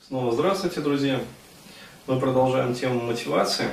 Снова здравствуйте, друзья! Мы продолжаем тему мотивации.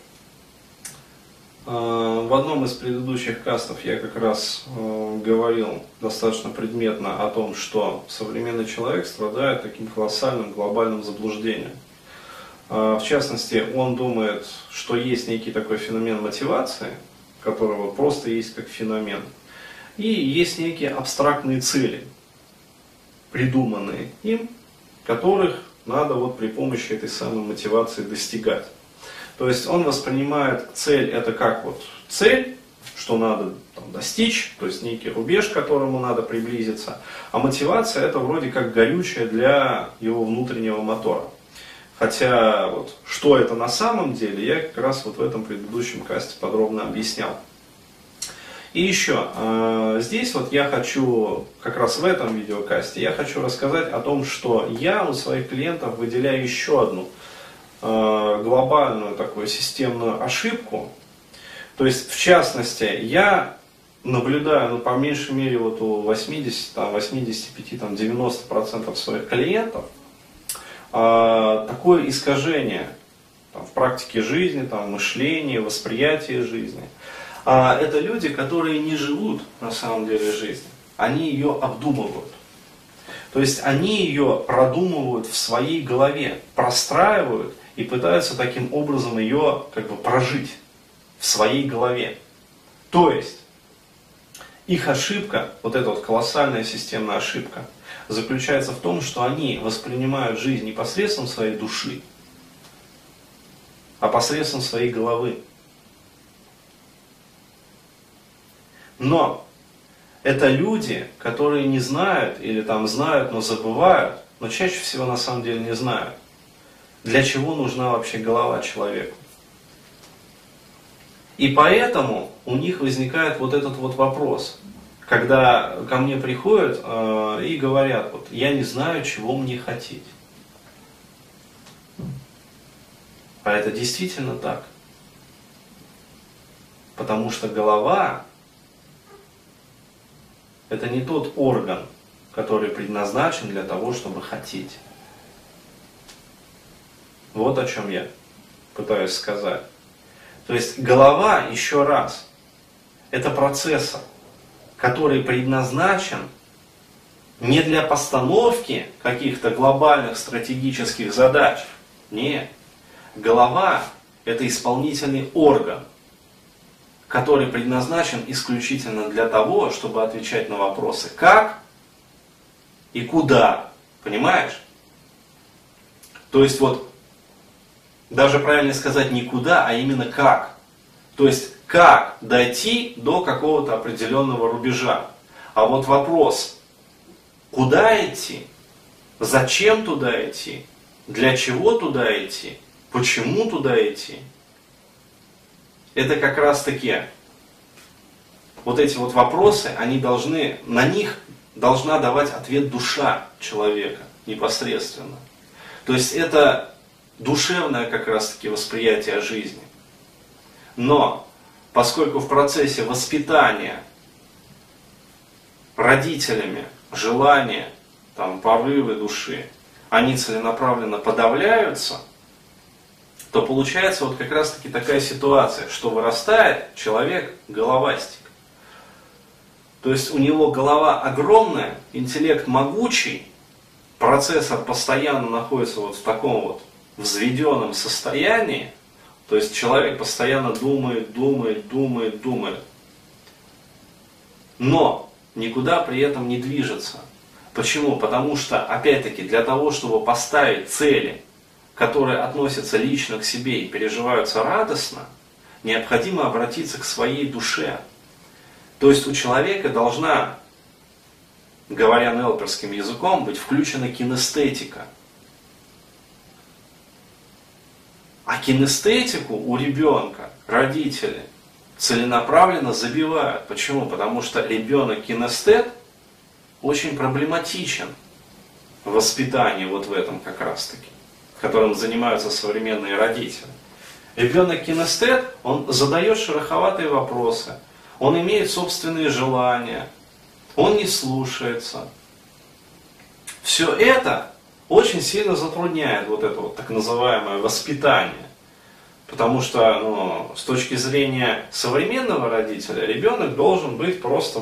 В одном из предыдущих кастов я как раз говорил достаточно предметно о том, что современный человек страдает таким колоссальным глобальным заблуждением. В частности, он думает, что есть некий такой феномен мотивации, который вот просто есть как феномен, и есть некие абстрактные цели, придуманные им, которых надо вот при помощи этой самой мотивации достигать. То есть он воспринимает цель это как вот цель, что надо там достичь, то есть некий рубеж, к которому надо приблизиться, а мотивация это вроде как горючее для его внутреннего мотора. Хотя вот что это на самом деле, я как раз вот в этом предыдущем касте подробно объяснял. И еще, здесь вот я хочу, как раз в этом видеокасте, я хочу рассказать о том, что я у своих клиентов выделяю еще одну глобальную такую системную ошибку. То есть, в частности, я наблюдаю, ну, по меньшей мере, вот у 80, 85, 90% своих клиентов такое искажение в практике жизни, в мышлении, восприятии жизни. Это люди, которые не живут на самом деле жизнь, они ее обдумывают. То есть они ее продумывают в своей голове, простраивают и пытаются таким образом ее как бы прожить в своей голове. То есть их ошибка, вот эта вот колоссальная системная ошибка, заключается в том, что они воспринимают жизнь не посредством своей души, а посредством своей головы. Но это люди, которые не знают или знают, но забывают, но чаще всего на самом деле не знают, для чего нужна вообще голова человеку. И поэтому у них возникает вот этот вот вопрос, когда ко мне приходят и говорят, вот, я не знаю, чего мне хотеть. А это действительно так. Потому что голова это не тот орган, который предназначен для того, чтобы хотеть. Вот о чем я пытаюсь сказать. То есть голова, еще раз, это процессор, который предназначен не для постановки каких-то глобальных стратегических задач. Нет. Голова это исполнительный орган, который предназначен исключительно для того, чтобы отвечать на вопросы «как» и «куда». Понимаешь? То есть вот, даже правильно сказать не «куда», а именно «как». То есть как дойти до какого-то определенного рубежа. А вот вопрос «куда идти?», «зачем туда идти?», «для чего туда идти?», «почему туда идти?», это как раз таки вот эти вот вопросы, на них должна давать ответ душа человека непосредственно. То есть это душевное как раз таки восприятие жизни. Но поскольку в процессе воспитания родителями желания, порывы души, они целенаправленно подавляются, то получается вот как раз таки такая ситуация, что вырастает человек головастик. То есть у него голова огромная, интеллект могучий, процессор постоянно находится вот в таком вот взведенном состоянии, то есть человек постоянно думает, но никуда при этом не движется. Почему? Потому что, опять-таки, для того, чтобы поставить цели, которые относятся лично к себе и переживаются радостно, необходимо обратиться к своей душе. То есть у человека должна, говоря нелперским языком, быть включена кинестетика. А кинестетику у ребенка родители целенаправленно забивают. Почему? Потому что ребенок-кинестет очень проблематичен в воспитании вот в этом как раз таки, которым занимаются современные родители. Ребенок-кинестет, он задает шероховатые вопросы, он имеет собственные желания, он не слушается. Все это очень сильно затрудняет вот это вот так называемое воспитание. Потому что, с точки зрения современного родителя, ребенок должен быть просто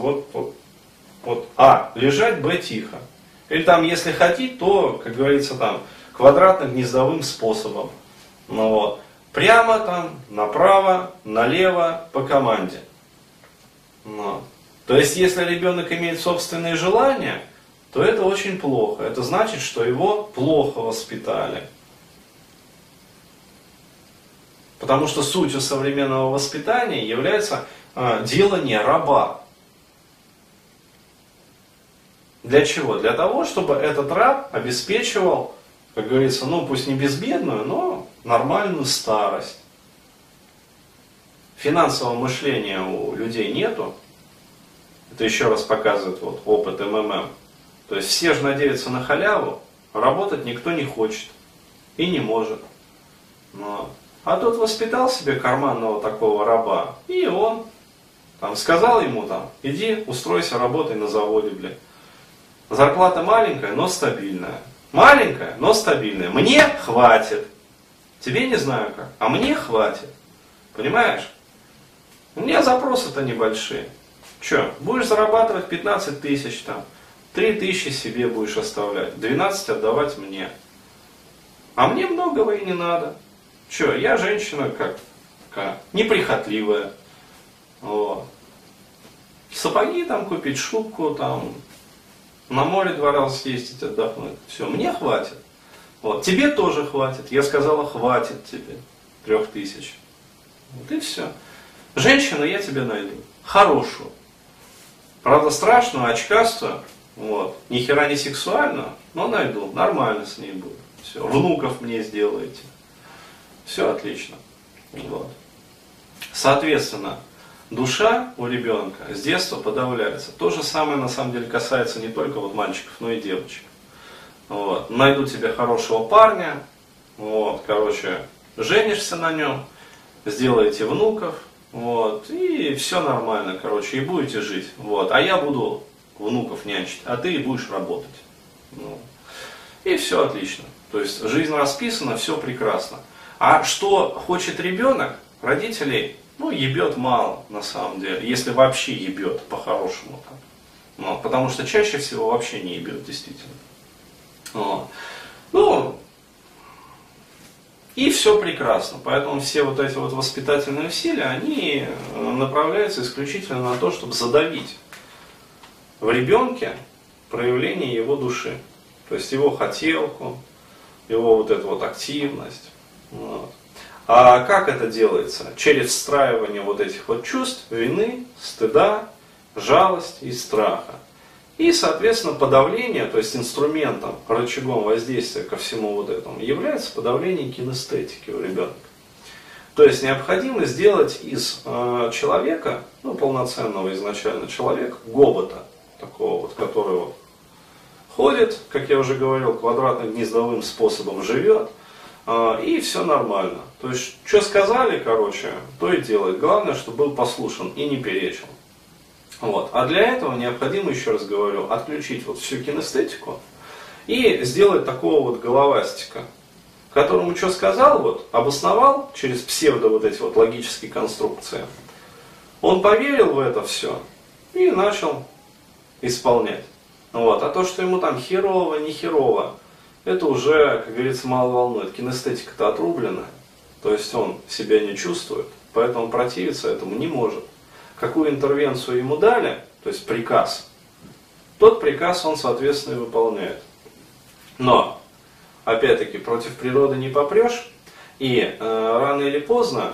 лежать, б, тихо. Или там, если хотите, то, как говорится, там, квадратно-гнездовым способом. Прямо там, направо, налево, по команде. То есть, если ребенок имеет собственные желания, то это очень плохо. Это значит, что его плохо воспитали. Потому что сутью современного воспитания является делание раба. Для чего? Для того, чтобы этот раб обеспечивал, как говорится, пусть не безбедную, но нормальную старость. Финансового мышления у людей нету. Это еще раз показывает опыт МММ. То есть все же надеются на халяву, работать никто не хочет и не может. А тот воспитал себе карманного такого раба, и он сказал ему иди устройся, работай на заводе, Зарплата маленькая, но стабильная. Маленькая, но стабильная. Мне хватит. Тебе не знаю как, а мне хватит. Понимаешь? У меня запросы-то небольшие. Че, будешь зарабатывать 15 тысяч 3 тысячи себе будешь оставлять, 12 отдавать мне. А мне многого и не надо. Че, я женщина неприхотливая. Сапоги купить, шубку на море 2 раза съездить, отдохнуть. Все, мне хватит. Тебе тоже хватит. Я сказала, хватит тебе 3000. И все. Женщину я тебе найду. Хорошую. Правда, страшную, очкастую. Ни хера не сексуальную, но найду. Нормально с ней будет. Все. Внуков мне сделаете. Все отлично. Соответственно, душа у ребенка с детства подавляется. То же самое на самом деле касается не только мальчиков, но и девочек. Найду тебе хорошего парня, женишься на нем, сделаете внуков, и все нормально, и будете жить. А я буду внуков нянчить, а ты будешь работать. И все отлично. То есть жизнь расписана, все прекрасно. А что хочет ребенок, родителей, ебет мало, на самом деле, если вообще ебет, по-хорошему. Потому что чаще всего вообще не ебет, действительно. И все прекрасно. Поэтому все эти воспитательные усилия, они направляются исключительно на то, чтобы задавить в ребенке проявление его души. То есть его хотелку, его активность. А как это делается? Через встраивание этих чувств, вины, стыда, жалости и страха. И, соответственно, подавление, то есть инструментом, рычагом воздействия ко всему этому, является подавление кинестетики у ребенка. То есть необходимо сделать из человека, полноценного изначально человека, гобота, такого который ходит, как я уже говорил, квадратно-гнездовым способом живет, и все нормально. То есть, что сказали, то и делает. Главное, чтобы был послушен и не перечил. А для этого необходимо, еще раз говорю, отключить всю кинестетику и сделать такого головастика, которому что сказал, обосновал через псевдо эти логические конструкции. Он поверил в это все и начал исполнять. А то, что ему херово, не херово, это уже, как говорится, мало волнует. Кинестетика-то отрублена, то есть он себя не чувствует, поэтому противиться этому не может. Какую интервенцию ему дали, то есть приказ, тот приказ он, соответственно, и выполняет. Но, опять-таки, против природы не попрешь, и рано или поздно,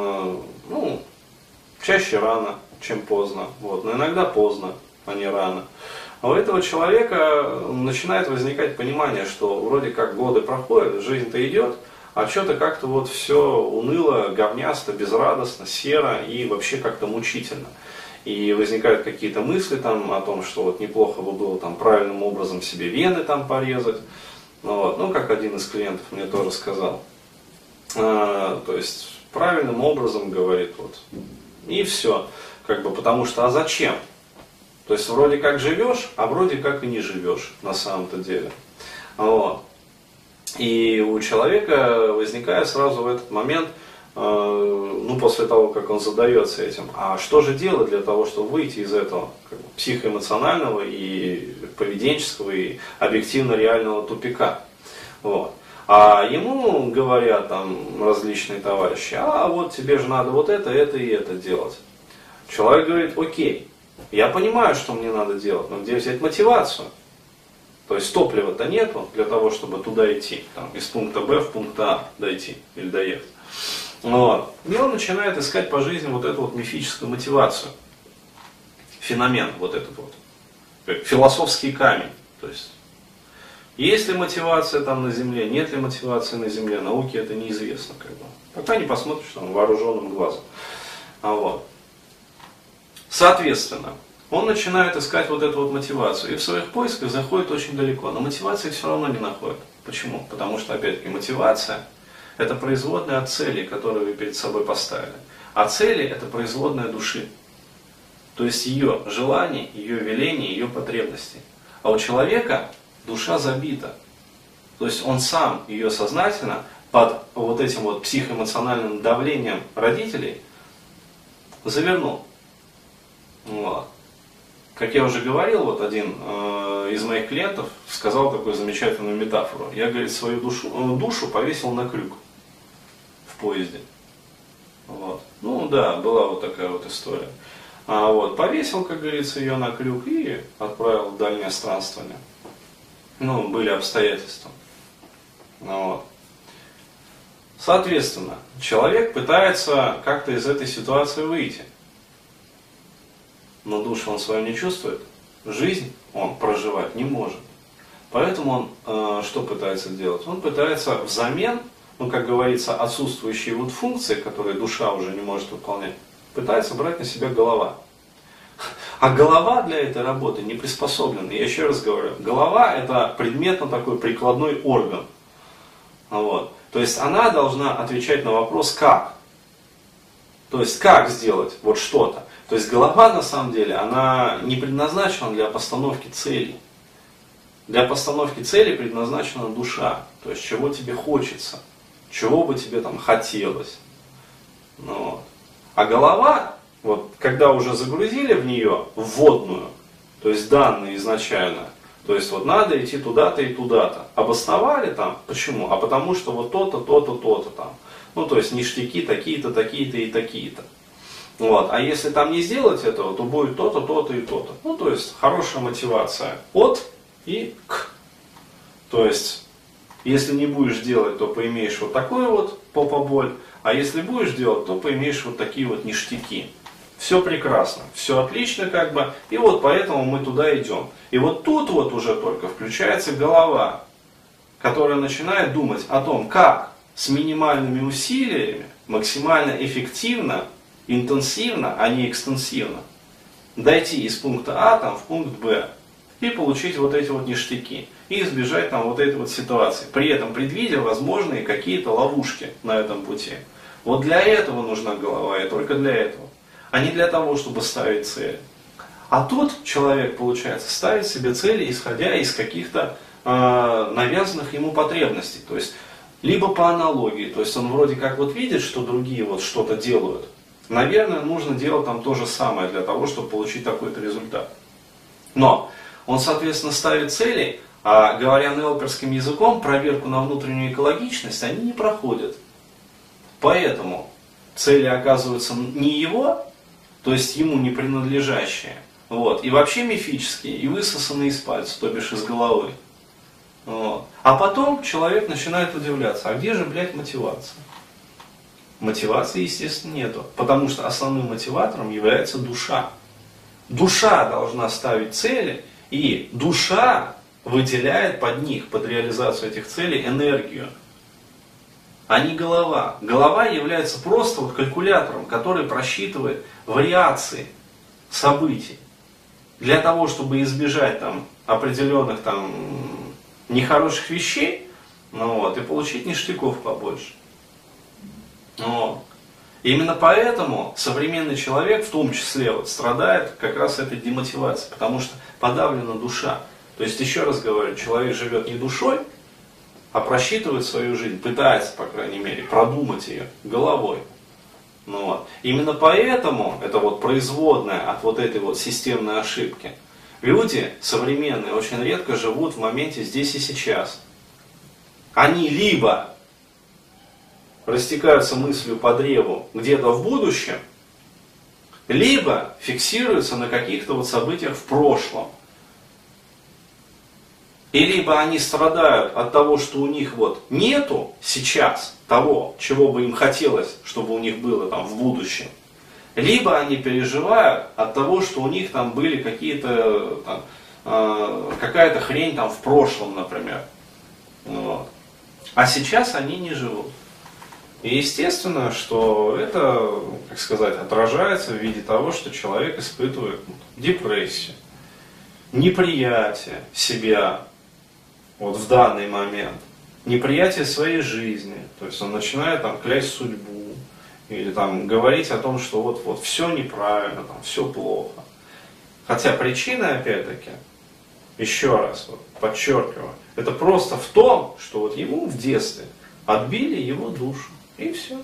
чаще рано, чем поздно, но иногда поздно, а не рано. А у этого человека начинает возникать понимание, что вроде как годы проходят, жизнь-то идет, а что-то как-то все уныло, говнясто, безрадостно, серо и вообще как-то мучительно. И возникают какие-то мысли о том, что неплохо бы было правильным образом себе вены порезать. Как один из клиентов мне тоже сказал. То есть правильным образом, говорит, и все. Потому что, а зачем? То есть вроде как живешь, а вроде как и не живешь на самом-то деле. И у человека возникает сразу в этот момент, после того, как он задается этим, а что же делать для того, чтобы выйти из этого психоэмоционального и поведенческого и объективно реального тупика. Вот. А ему говорят там различные товарищи, а вот тебе же надо вот это и это делать. Человек говорит, окей, я понимаю, что мне надо делать, но где взять мотивацию? То есть топлива-то нету для того, чтобы туда идти, там, из пункта Б в пункт А дойти или доехать. Вот. И он начинает искать по жизни вот эту вот мифическую мотивацию. Феномен вот этот вот. Философский камень. То есть ли мотивация там на Земле, нет ли мотивации на Земле, науке это неизвестно. Пока не посмотришь там вооруженным глазом. Вот. Соответственно, он начинает искать вот эту вот мотивацию. И в своих поисках заходит очень далеко. Но мотивации все равно не находит. Почему? Потому что, опять-таки, мотивация – это производная от целей, которые вы перед собой поставили. А цели – это производная души. То есть ее желаний, ее велений, ее потребностей. А у человека душа забита. То есть он сам ее сознательно под вот этим вот психоэмоциональным давлением родителей завернул. Вот. Как я уже говорил, вот один из моих клиентов сказал такую замечательную метафору. Я, говорит, свою душу повесил на крюк в поезде. Вот. Ну да, была вот такая вот история. Повесил, как говорится, ее на крюк и отправил в дальнее странствование. Были обстоятельства. Вот. Соответственно, человек пытается как-то из этой ситуации выйти. Но душу он свою не чувствует, жизнь он проживать не может. Поэтому он что пытается делать? Он пытается взамен, как говорится, отсутствующие вот функции, которые душа уже не может выполнять, пытается брать на себя голова. А голова для этой работы не приспособлена. Я еще раз говорю, голова это предметно такой прикладной орган. Вот. То есть она должна отвечать на вопрос «как?». То есть как сделать вот что-то. То есть голова на самом деле, она не предназначена для постановки целей. Для постановки целей предназначена душа. То есть чего тебе хочется, чего бы тебе там хотелось. Вот. А голова, вот когда уже загрузили в нее вводную, то есть данные изначально, то есть вот надо идти туда-то и туда-то. Обосновали там, почему? А потому что вот то-то, то-то, то-то там. То есть ништяки такие-то, такие-то и такие-то. Вот. А если там не сделать этого, то будет то-то, то-то и то-то. То есть хорошая мотивация от и к. То есть, если не будешь делать, то поимеешь вот такой вот попа-боль, а если будешь делать, то поимеешь вот такие вот ништяки. Все прекрасно, все отлично и вот поэтому мы туда идем. И вот тут вот уже только включается голова, которая начинает думать о том, как с минимальными усилиями, максимально эффективно, интенсивно, а не экстенсивно, дойти из пункта А в пункт Б и получить вот эти вот ништяки и избежать там вот этой вот ситуации, при этом предвидя возможные какие-то ловушки на этом пути. Вот для этого нужна голова и только для этого, а не для того, чтобы ставить цели. А тут человек, получается, ставит себе цели, исходя из каких-то навязанных ему потребностей, то есть либо по аналогии, то есть он вроде как вот видит, что другие вот что-то делают. Наверное, нужно делать там то же самое для того, чтобы получить такой-то результат. Но он, соответственно, ставит цели, а говоря нелперским языком, проверку на внутреннюю экологичность они не проходят. Поэтому цели оказываются не его, то есть ему не принадлежащие, и вообще мифические, и высосанные из пальца, то бишь из головы. Вот. А потом человек начинает удивляться, а где же, мотивация? Мотивации, естественно, нету, потому что основным мотиватором является душа. Душа должна ставить цели, и душа выделяет под них, под реализацию этих целей, энергию, а не голова. Голова является просто вот калькулятором, который просчитывает вариации событий для того, чтобы избежать там определенных там нехороших вещей, и получить ништяков побольше. Именно поэтому современный человек, в том числе, страдает как раз этой демотивацией, потому что подавлена душа. То есть, еще раз говорю, человек живет не душой, а просчитывает свою жизнь, пытается, по крайней мере, продумать ее головой. Ну, вот. Именно поэтому это вот производная от вот этой вот системной ошибки. Люди современные очень редко живут в моменте здесь и сейчас. Они либо растекаются мыслью по древу где-то в будущем, либо фиксируются на каких-то вот событиях в прошлом. И либо они страдают от того, что у них вот нету сейчас того, чего бы им хотелось, чтобы у них было там в будущем, либо они переживают от того, что у них там были какие-то там, какая-то хрень там в прошлом, например. Вот. А сейчас они не живут. И естественно, что это, как сказать, отражается в виде того, что человек испытывает депрессию, неприятие себя вот в данный момент, неприятие своей жизни, то есть он начинает там клясть судьбу, или там говорить о том, что вот все неправильно, там все плохо. Хотя причина, опять-таки, еще раз вот, подчеркиваю, это просто в том, что вот ему в детстве отбили его душу, и все.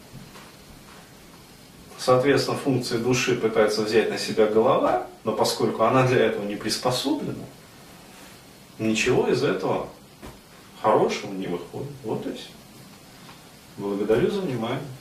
Соответственно, функции души пытается взять на себя голова, но поскольку она для этого не приспособлена, ничего из этого хорошего не выходит. Вот и все. Благодарю за внимание.